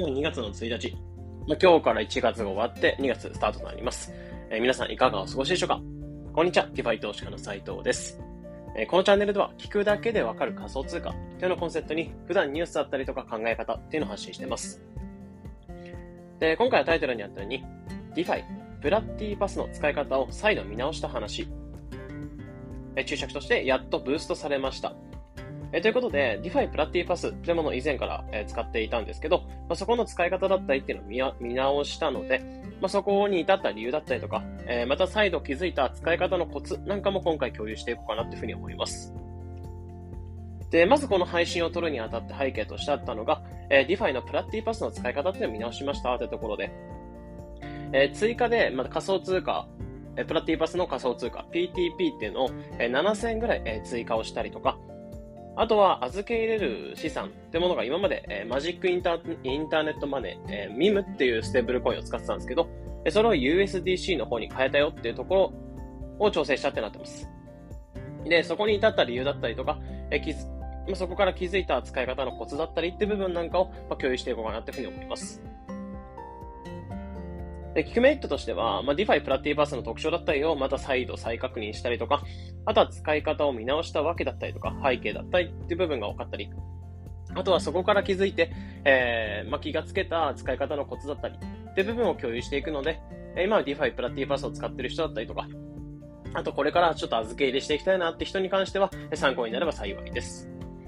今日2月の1日。今日から1月が終わって2月スタートとなります。皆さんいかがお過ごしでしょうか？こんにちは、DeFi 投資家の斉藤です。このチャンネルでは聞くだけでわかる仮想通貨というのをコンセプトに普段ニュースだったりとか考え方っていうのを発信しています。で、今回はタイトルにあったように DeFi プラッティパスの使い方を再度見直した話。注釈としてやっとブーストされました。ということで、DeFi プラッティパスというものを以前から、使っていたんですけど、そこの使い方だったりっていうのを見直したので、そこに至った理由だったりとか、また再度気づいた使い方のコツなんかも今回共有していこうかなというふうに思います。で、まずこの配信を撮るにあたって背景としてあったのが、DeFi のプラッティパスの使い方っていうのを見直しましたというところで、追加で、仮想通貨、プラッティパスの仮想通貨 PTP っていうのを7000円ぐらい追加をしたりとか、あとは預け入れる資産ってものが今までマジックインターネットマネー、MIM っていうステーブルコインを使ってたんですけど、それを USDC の方に変えたよっていうところを調整したってなってます。で、そこに至った理由だったりとか、そこから気づいた使い方のコツだったりって部分なんかを共有していこうかなっていうふうに思います。で、聞くメリットとしては、DeFi プラッティパスの特徴だったりをまた再度再確認したりとか、あとは使い方を見直したわけだったりとか、背景だったりっていう部分が分かったり、あとはそこから気づいて、気がつけた使い方のコツだったりっていう部分を共有していくので、今は DeFi プラッティパスを使っている人だったりとか、あとこれからちょっと預け入れしていきたいなって人に関しては参考になれば幸いです。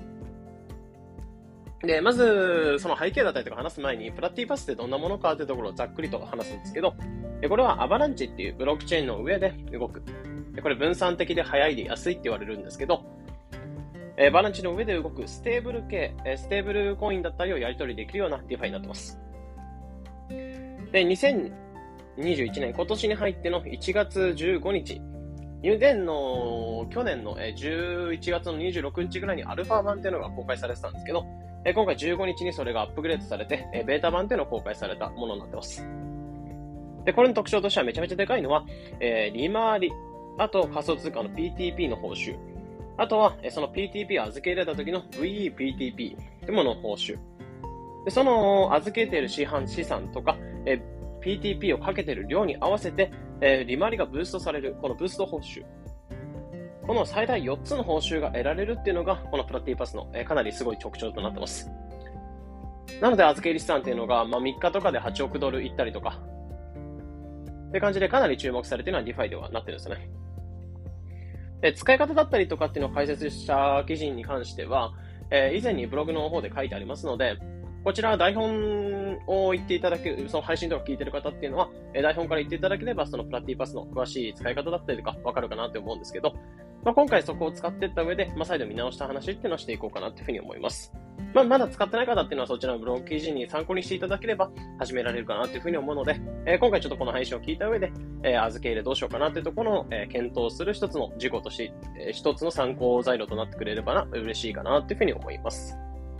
で、まず、その背景だったりとか話す前に、プラッティパスってどんなものかというところをざっくりと話すんですけど、これはアバランチっていうブロックチェーンの上で動く。これ分散的で早いで安いって言われるんですけど、アバランチの上で動くステーブル系、ステーブルコインだったりをやり取りできるような DeFi になってます。で、2021年、今年に入っての1月15日、去年の11月の26日ぐらいにアルファ版っていうのが公開されてたんですけど、今回15日にそれがアップグレードされて、ベータ版っていうのを公開されたものになってます。で、これの特徴としてはめちゃめちゃでかいのは、利回り、あと仮想通貨の PTP の報酬、あとはその PTP を預け入れた時の VEPTP というものの報酬。で、その預けている資産とか、PTP をかけている量に合わせて、利回りがブーストされる、このブースト報酬。この最大4つの報酬が得られるっていうのが、このプラッティパスのかなりすごい特徴となってます。なので、預け入り資産っていうのが、3日とかで8億ドルいったりとか、って感じでかなり注目されているのは DeFi ではなってるんですよね。使い方だったりとかっていうのを解説した記事に関しては、以前にブログの方で書いてありますので、こちら台本を言っていただける、その配信とか聞いてる方っていうのは、台本から言っていただければ、そのプラッティパスの詳しい使い方だったりとかわかるかなって思うんですけど、今回そこを使っていった上で、再度見直した話っていうのをしていこうかなというふうに思います。まだ使ってない方っていうのはそちらのブログ記事に参考にしていただければ始められるかなというふうに思うので、今回ちょっとこの配信を聞いた上で、預け入れどうしようかなというところを、検討する一つの事項として、一つの参考材料となってくれれば嬉しいかなというふうに思います。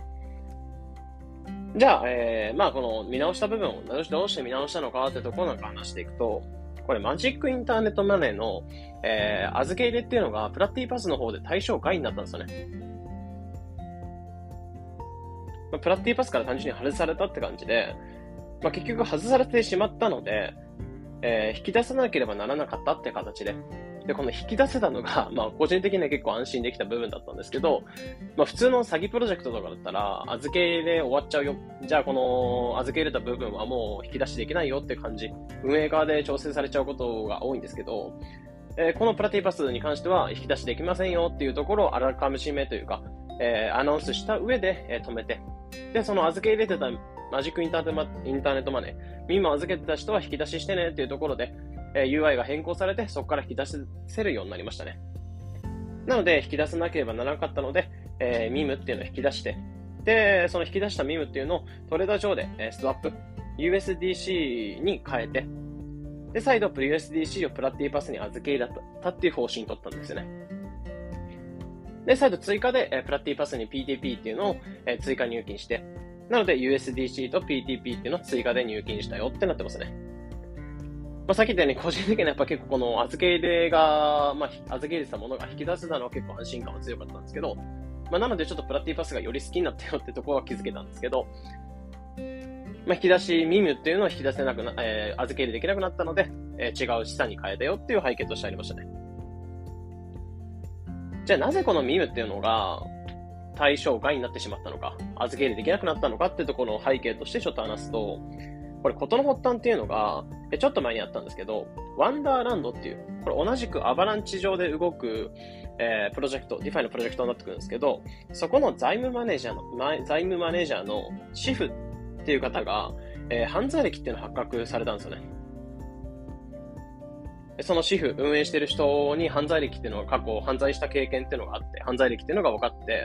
じゃあ、この見直した部分をどうして見直したのかというところなんか話していくと、これマジックインターネットマネーの、預け入れっていうのがプラッティパスの方で対象外になったんですよね。プラッティパスから単純に外されたって感じで、結局外されてしまったので、引き出さなければならなかったって形で、この引き出せたのが、個人的には結構安心できた部分だったんですけど、普通の詐欺プロジェクトとかだったら、預け入れ終わっちゃうよ。じゃあこの預け入れた部分はもう引き出しできないよって感じ、運営側で調整されちゃうことが多いんですけど、このプラティパスに関しては引き出しできませんよっていうところをあらかじめというか、アナウンスした上で、止めて、で、その預け入れてたマジックインターネットマネー、今預けてた人は引き出ししてねっていうところで、UI が変更されて、そこから引き出せるようになりましたね。なので、引き出さなければならなかったので、MIM っていうのを引き出して、で、その引き出した MIM っていうのをトレーダー上で、スワップ、USDC に変えて、で、再度 USDC をプラッティパスに預け入れたっていう方針に取ったんですよね。で、再度追加で、プラッティパスに PTP っていうのを、追加入金して、なので USDC と PTP っていうのを追加で入金したよってなってますね。さっき言ったように個人的にはやっぱ結構この預け入れが、預け入れたものが引き出せたのは結構安心感は強かったんですけど、なのでちょっとプラッティパスがより好きになったよってところは気づけたんですけど、 引き出し、ミムっていうのを引き出せなくな、預け入れできなくなったので、違う資産に変えたよっていう背景としてありましたね。じゃあなぜこのミムっていうのが対象外になってしまったのか、預け入れできなくなったのかっていうところの背景としてちょっと話すと、これ事の発端っていうのが、ちょっと前にあったんですけど、ワンダーランドっていう、これ同じくアバランチ上で動く、プロジェクト、ディファイのプロジェクトになってくるんですけど、そこの財務マネージャーのシフっていう方が、犯罪歴っていうのを発覚されたんですよね。そのシフ、運営してる人に犯罪歴っていうのが過去犯罪した経験っていうのがあって、犯罪歴っていうのが分かって、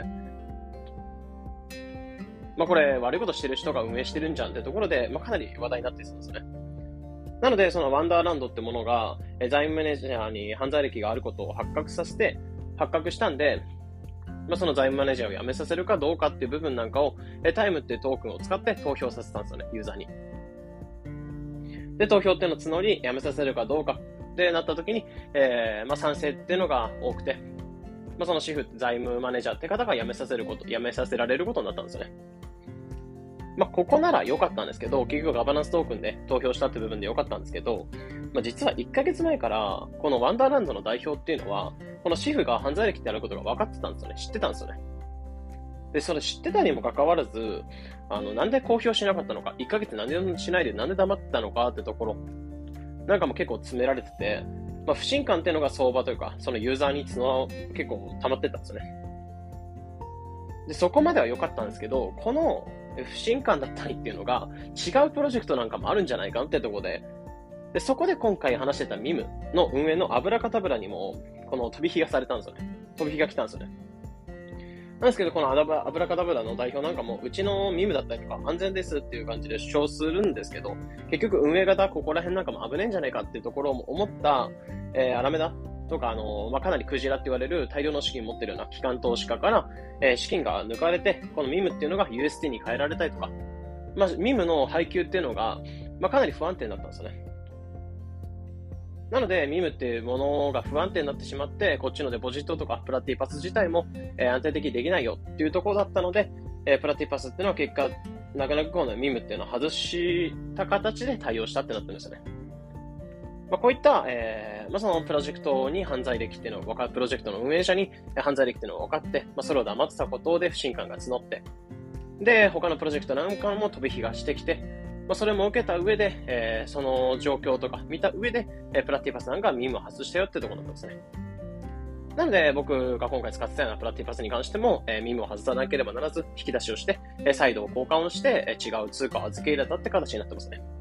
これ悪いことしてる人が運営してるんじゃんってところで、かなり話題になってるんですよね。なので、そのワンダーランドってものが、財務マネージャーに犯罪歴があることを発覚したんで、その財務マネージャーを辞めさせるかどうかっていう部分なんかを、タイムっていうトークンを使って投票させたんですよね、ユーザーに。で、投票っていうのを募り、辞めさせるかどうかってなった時に、賛成っていうのが多くて、そのシフ財務マネージャーって方が辞めさせられることになったんですよね。ここなら良かったんですけど、結局ガバナンストークンで投票したって部分で良かったんですけど、実は1ヶ月前から、このワンダーランドの代表っていうのは、このシフが犯罪歴ってあることが分かってたんですよね。知ってたんですよね。で、それ知ってたにもかかわらず、なんで公表しなかったのか、1ヶ月なんでしないでなんで黙ってたのかってところ、なんかも結構詰められてて、不信感っていうのが相場というか、そのユーザーに結構溜まってったんですよね。で、そこまでは良かったんですけど、この不信感だったりっていうのが違うプロジェクトなんかもあるんじゃないかってところで、そこで今回話してたミムの運営のアブラカタブラにも、この飛び火がされたんですよね。飛び火が来たんですよね。なんですけど、このアブラカタブラの代表なんかも、うちのミムだったりとか安全ですっていう感じで主張するんですけど、結局運営型ここら辺なんかも危ねえんじゃないかっていうところを思った、アラメダとか、かなりクジラって言われる大量の資金を持っているような機関投資家から、資金が抜かれて、このミムっていうのが USD に変えられたりとか、ミムの配給っていうのが、かなり不安定になったんですよね。なので、ミムっていうものが不安定になってしまって、こっちのデポジットとかプラティパス自体も、安定的にできないよっていうところだったので、プラティパスっていうのは結果、なかなかこのミムっていうのを外した形で対応したってなってるんですよね。こういった、そのプロジェクトに犯罪歴っていうのをプロジェクトの運営者に犯罪歴っていうのが分かって、それを黙ってたことで不信感が募って、で、他のプロジェクトなんかも飛び火がしてきて、それも受けた上で、その状況とか見た上で、プラティパスなんかミムを外したよってところなんですね。なので、僕が今回使ってたようなプラティパスに関しても、ミムを外さなければならず、引き出しをして、再度交換をして、違う通貨を預け入れたって形になってますね。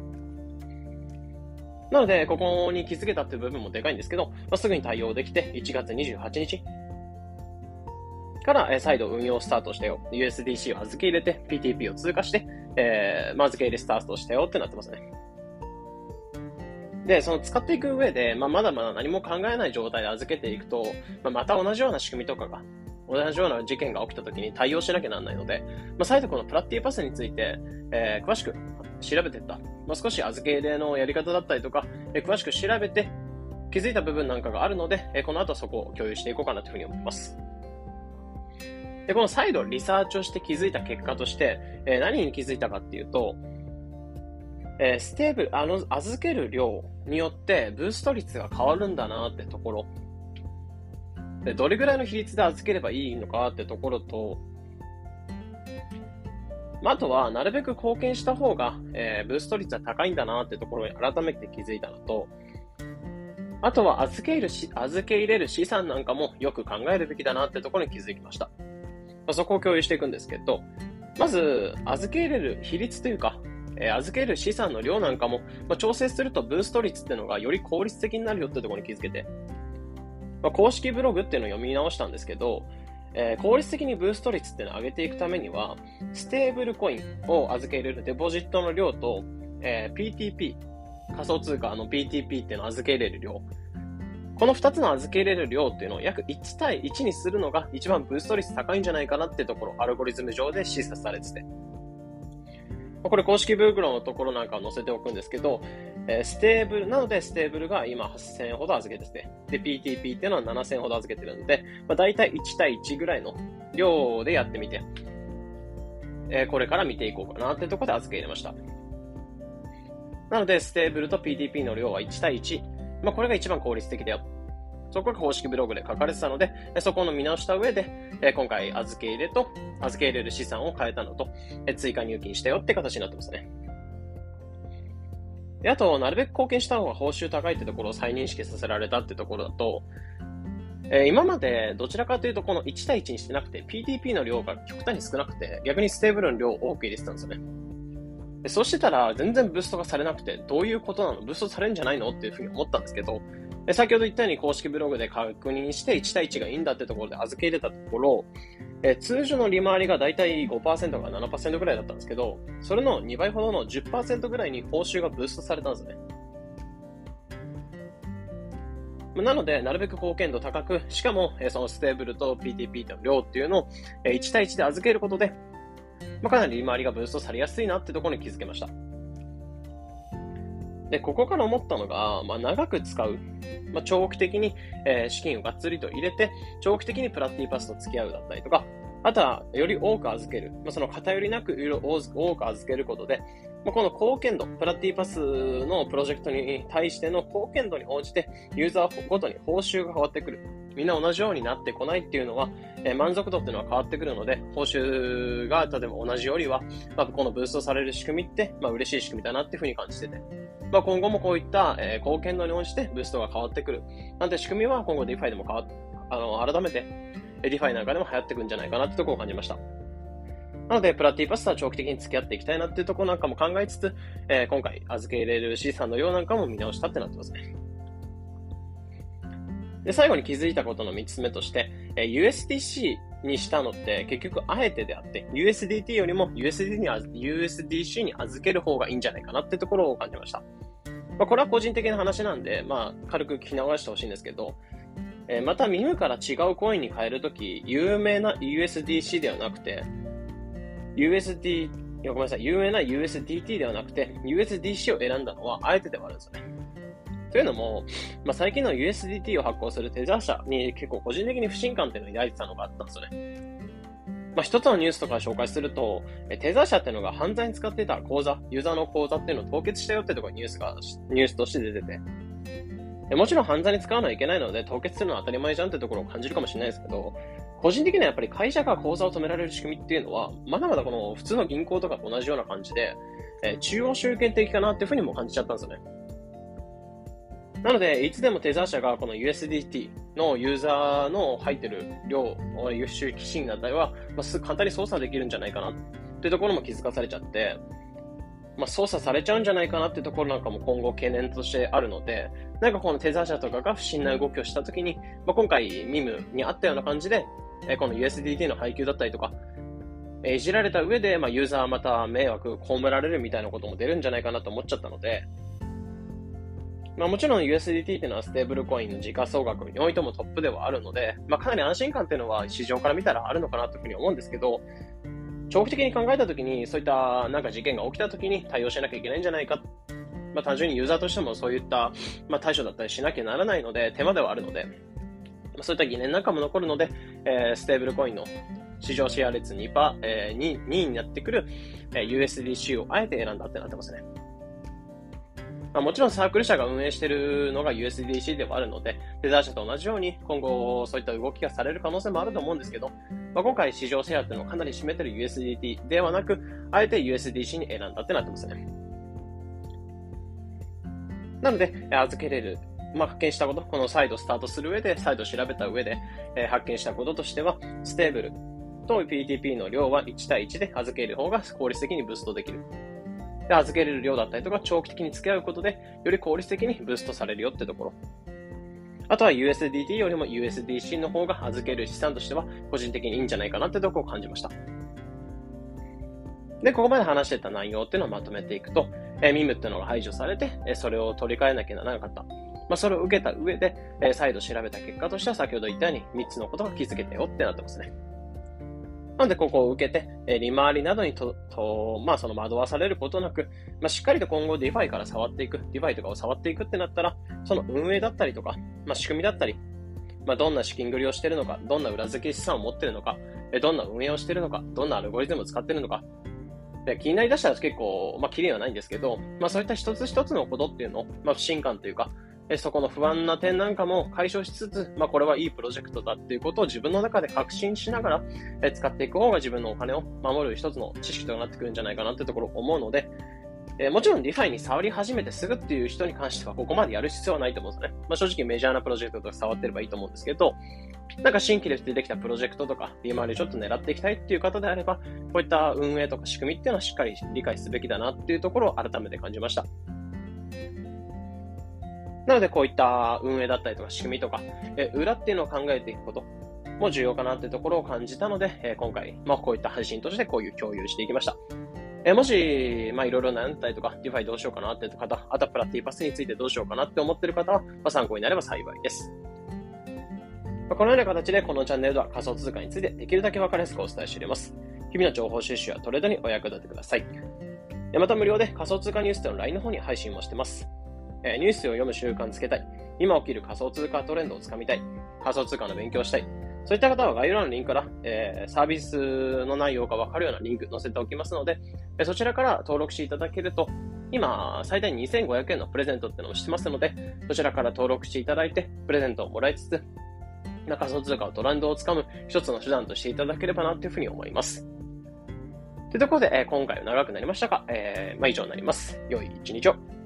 なので、ここに気づけたっていう部分もでかいんですけど、すぐに対応できて、1月28日から、再度運用スタートしたよ。USDC を預け入れて、PTP を通過して、預け入れスタートしたよってなってますね。で、その使っていく上で、まだまだ何も考えない状態で預けていくと、また同じような仕組みとかが、同じような事件が起きた時に対応しなきゃならないので、再度このプラティパスについて、詳しく調べていった。少し預け入れのやり方だったりとか、詳しく調べて気づいた部分なんかがあるので、この後そこを共有していこうかなというふうに思います。で、この再度リサーチをして気づいた結果として、何に気づいたかっていうと、ステーブル、預ける量によってブースト率が変わるんだなってところ。で、どれぐらいの比率で預ければいいのかってところと、あとは、なるべく貢献した方が、ブースト率は高いんだなってところに改めて気づいたのと、あとは預け入れる資産なんかもよく考えるべきだなってところに気づきました。そこを共有していくんですけど、まず、預け入れる比率というか、預ける資産の量なんかも、調整するとブースト率っていうのがより効率的になるよってところに気づけて、公式ブログっていうのを読み直したんですけど、効率的にブースト率っていうのを上げていくためには、ステーブルコインを預け入れるデポジットの量と、PTP、仮想通貨の PTP っていうのを預け入れる量、この2つの預け入れる量っていうのを約1対1にするのが一番ブースト率高いんじゃないかなってところ、アルゴリズム上で示唆されてて。これ公式ブログのところなんかを載せておくんですけど、ステーブル、なのでステーブルが今8000円ほど預けてて、で、PTP っていうのは7000円ほど預けてるので、だいたい1対1ぐらいの量でやってみて、 これから見ていこうかなってところで預け入れました。なので、ステーブルと PTP の量は1対1。これが一番効率的だよ。そこが公式ブログで書かれてたので、そこの見直した上で、今回預け入れる資産を変えたのと、追加入金したよって形になってますね。で、あと、なるべく貢献した方が報酬高いってところを再認識させられたってところだと、今までどちらかというとこの1対1にしてなくて PTP の量が極端に少なくて逆にステーブルの量を多く入れてたんですよね。でそうしてたら全然ブーストがされなくてどういうことなの？ブーストされるんじゃないのっていうふうに思ったんですけど、先ほど言ったように公式ブログで確認して1対1がいいんだってところで預け入れたところ、通常の利回りがだいたい 5% から 7% ぐらいだったんですけど、それの2倍ほどの 10% ぐらいに報酬がブーストされたんですね。なので、なるべく貢献度高く、しかも、そのステーブルと PTP の量っていうのを1対1で預けることで、かなり利回りがブーストされやすいなってところに気づけました。で、ここから思ったのが、長く使う、長期的に資金をがっつりと入れて、長期的にプラッティパスと付き合うだったりとか、あとはより多く預ける、その偏りなく多く預けることで、この貢献度、プラッティパスのプロジェクトに対しての貢献度に応じて、ユーザーごとに報酬が変わってくる。みんな同じようになってこないっていうのは、満足度っていうのは変わってくるので、報酬が例えば同じよりは、このブーストされる仕組みって、嬉しい仕組みだなっていうふうに感じてて。今後もこういった貢献度に応じてブーストが変わってくる。なんて仕組みは今後 DeFi でも改めて DeFi なんかでも流行ってくるんじゃないかなってところを感じました。なので、プラッティパスとは長期的に付き合っていきたいなっていうところなんかも考えつつ、今回預け入れる資産の量なんかも見直したってなってますね。で、最後に気づいたことの3つ目として、USDC にしたのって結局あえてであって、USDT よりも USDC に預ける方がいいんじゃないかなってところを感じました。これは個人的な話なんで、軽く聞き流してほしいんですけど、またミムから違うコインに変えるとき、有名な USDC ではなくて、有名な USDT ではなくて、USDC を選んだのはあえてではあるんですよね。というのも、最近の USDT を発行するテザー社に結構個人的に不信感っていうのを抱いてたのがあったんですよね。一つのニュースとか紹介すると、テザー社っていうのが犯罪に使っていた口座、ユーザーの口座っていうのを凍結したよってところにニュースとして出てて、もちろん犯罪に使わないといけないので凍結するのは当たり前じゃんってところを感じるかもしれないですけど、個人的にはやっぱり会社が口座を止められる仕組みっていうのは、まだまだこの普通の銀行とかと同じような感じで、中央集権的かなっていうふうにも感じちゃったんですよね。なので、いつでもテザー社がこの USDT のユーザーの入ってる量、周期資金だったりは、簡単に操作できるんじゃないかなっていうところも気づかされちゃって、操作されちゃうんじゃないかなっていうところなんかも今後懸念としてあるので、このテザー社とかが不審な動きをしたときに、今回ミムにあったような感じで、この USDT の配給だったりとか、いじられた上で、ユーザーまた迷惑被られるみたいなことも出るんじゃないかなと思っちゃったので、もちろん USDT っていうのはステーブルコインの時価総額においてもトップではあるので、かなり安心感っていうのは市場から見たらあるのかなというふうに思うんですけど、長期的に考えたときにそういった事件が起きたときに対応しなきゃいけないんじゃないか。単純にユーザーとしてもそういった、対処だったりしなきゃならないので手間ではあるので、そういった疑念なんかも残るので、ステーブルコインの市場シェア率 2位になってくる、USDC をあえて選んだってなってますね。もちろんサークル社が運営しているのが USDC ではあるので、テザー社と同じように今後そういった動きがされる可能性もあると思うんですけど、今回市場シェアっていうのをかなり占めている USDT ではなく、あえて USDC に選んだってなってますね。なので、預けれる、発見したこと、この再度スタートする上で、再度調べた上で、発見したこととしては、ステーブルと PTP の量は1対1で預ける方が効率的にブーストできる。で、預けれる量だったりとか長期的に付き合うことでより効率的にブーストされるよってところ。あとは USDT よりも USDC の方が預ける資産としては個人的にいいんじゃないかなってところを感じました。で、ここまで話してた内容っていうのをまとめていくと、ミムっていうのが排除されて、それを取り替えなきゃならなかった。それを受けた上で、再度調べた結果としては先ほど言ったように3つのことが気づけたよってなってますね。なので、ここを受けて、利回りなどにその惑わされることなく、しっかりと今後 DeFi から触っていく、DeFi とかを触っていくってなったら、その運営だったりとか、仕組みだったり、どんな資金繰りをしているのか、どんな裏付け資産を持っているのか、どんな運営をしているのか、どんなアルゴリズムを使っているのか、 で、気になりだしたら結構、キリはないんですけど、そういった一つ一つのことっていうのを、不信感というか、そこの不安な点なんかも解消しつつ、これはいいプロジェクトだっていうことを自分の中で確信しながら、使っていく方が自分のお金を守る一つの知識となってくるんじゃないかなっていうところを思うので、もちろんディファイに触り始めてすぐっていう人に関してはここまでやる必要はないと思うんですよね。正直メジャーなプロジェクトとか触ってればいいと思うんですけど、なんか新規で出てきたプロジェクトとか、利回りちょっと狙っていきたいっていう方であれば、こういった運営とか仕組みっていうのはしっかり理解すべきだなっていうところを改めて感じました。なのでこういった運営だったりとか仕組みとか、裏っていうのを考えていくことも重要かなっていうところを感じたので、今回、こういった配信としてこういう共有していきました。もし、いろいろ悩んだりとか、ディファイどうしようかなっていう方、あとはプラティパスについてどうしようかなって思っている方は、参考になれば幸いです。このような形でこのチャンネルでは仮想通貨についてできるだけ分かりやすくお伝えしております。日々の情報収集やトレードにお役立てください。また無料で仮想通貨ニュースでの LINE の方に配信もしてます。ニュースを読む習慣つけたい。今起きる仮想通貨トレンドをつかみたい。仮想通貨の勉強をしたい。そういった方は概要欄のリンクから、サービスの内容が分かるようなリンク載せておきますので、そちらから登録していただけると、今、最大2500円のプレゼントってのをしてますので、そちらから登録していただいて、プレゼントをもらいつつ、仮想通貨のトレンドをつかむ一つの手段としていただければなというふうに思います。というところで、今回は長くなりましたが、以上になります。良い一日を。